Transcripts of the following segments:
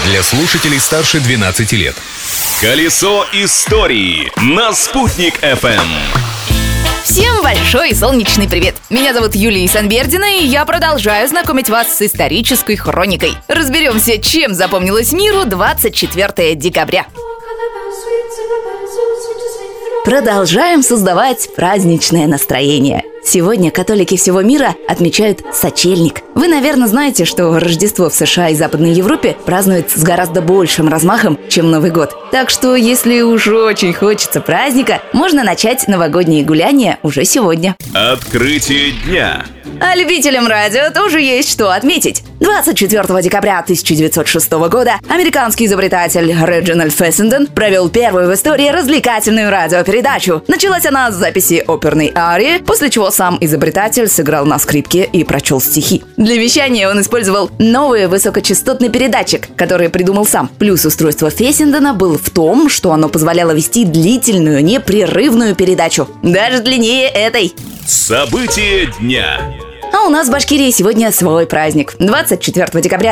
Для слушателей старше 12 лет. Колесо истории на Спутник FM. Всем большой солнечный привет! Меня зовут Юлия Санбердина, и я продолжаю знакомить вас с исторической хроникой. Разберемся, чем запомнилось миру 24 декабря. Продолжаем создавать праздничное настроение. Сегодня католики всего мира отмечают сочельник. Вы, наверное, знаете, что Рождество в США и Западной Европе празднуют с гораздо большим размахом, чем Новый год. Так что, если уж очень хочется праздника, можно начать новогодние гуляния уже сегодня. Открытие дня. А любителям радио тоже есть что отметить. 24 декабря 1906 года американский изобретатель Реджинальд Фессенден провел первую в истории развлекательную радиопередачу. Началась она с записи оперной арии, после чего сам изобретатель сыграл на скрипке и прочел стихи. Для вещания он использовал новый высокочастотный передатчик, который придумал сам. Плюс устройство Фессендена был в том, что оно позволяло вести длительную, непрерывную передачу. Даже длиннее этой. События дня. А у нас в Башкирии сегодня свой праздник. 24 декабря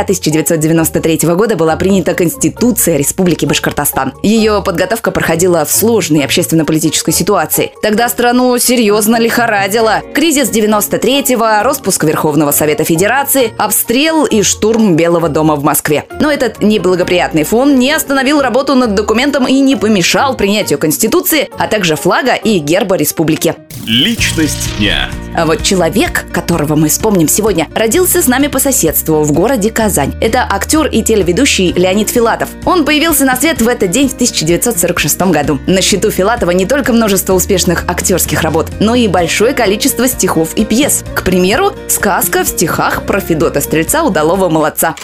1993 года была принята Конституция Республики Башкортостан. Ее подготовка проходила в сложной общественно-политической ситуации. Тогда страну серьезно лихорадило. Кризис 93-го, распуск Верховного Совета Федерации, обстрел и штурм Белого дома в Москве. Но этот неблагоприятный фон не остановил работу над документом и не помешал принятию Конституции, а также флага и герба республики. Личность дня. А вот человек, которого мы вспомним сегодня, родился с нами по соседству в городе Казань. Это актер и телеведущий Леонид Филатов. Он появился на свет в этот день в 1946 году. На счету Филатова не только множество успешных актерских работ, но и большое количество стихов и пьес. К примеру, сказка в стихах про Федота Стрельца удалого молодца.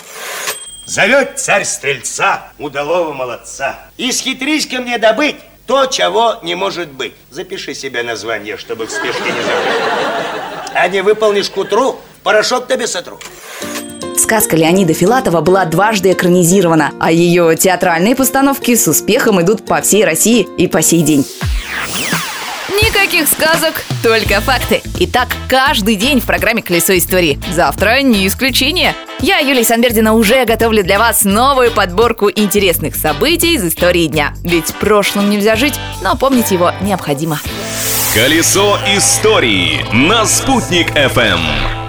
Зовет царь Стрельца удалого молодца. Исхитрись ко мне добыть то, чего не может быть. Запиши себе название, чтобы в спешке не забыть. А не выполнишь к утру, порошок тебе сотру. Сказка Леонида Филатова была дважды экранизирована, а ее театральные постановки с успехом идут по всей России и по сей день. Никаких сказок, только факты. Итак, каждый день в программе «Колесо истории». Завтра не исключение. Я, Юлия Санбердина, уже готовлю для вас новую подборку интересных событий из истории дня. Ведь прошлым нельзя жить, но помнить его необходимо. Колесо истории на Спутник FM.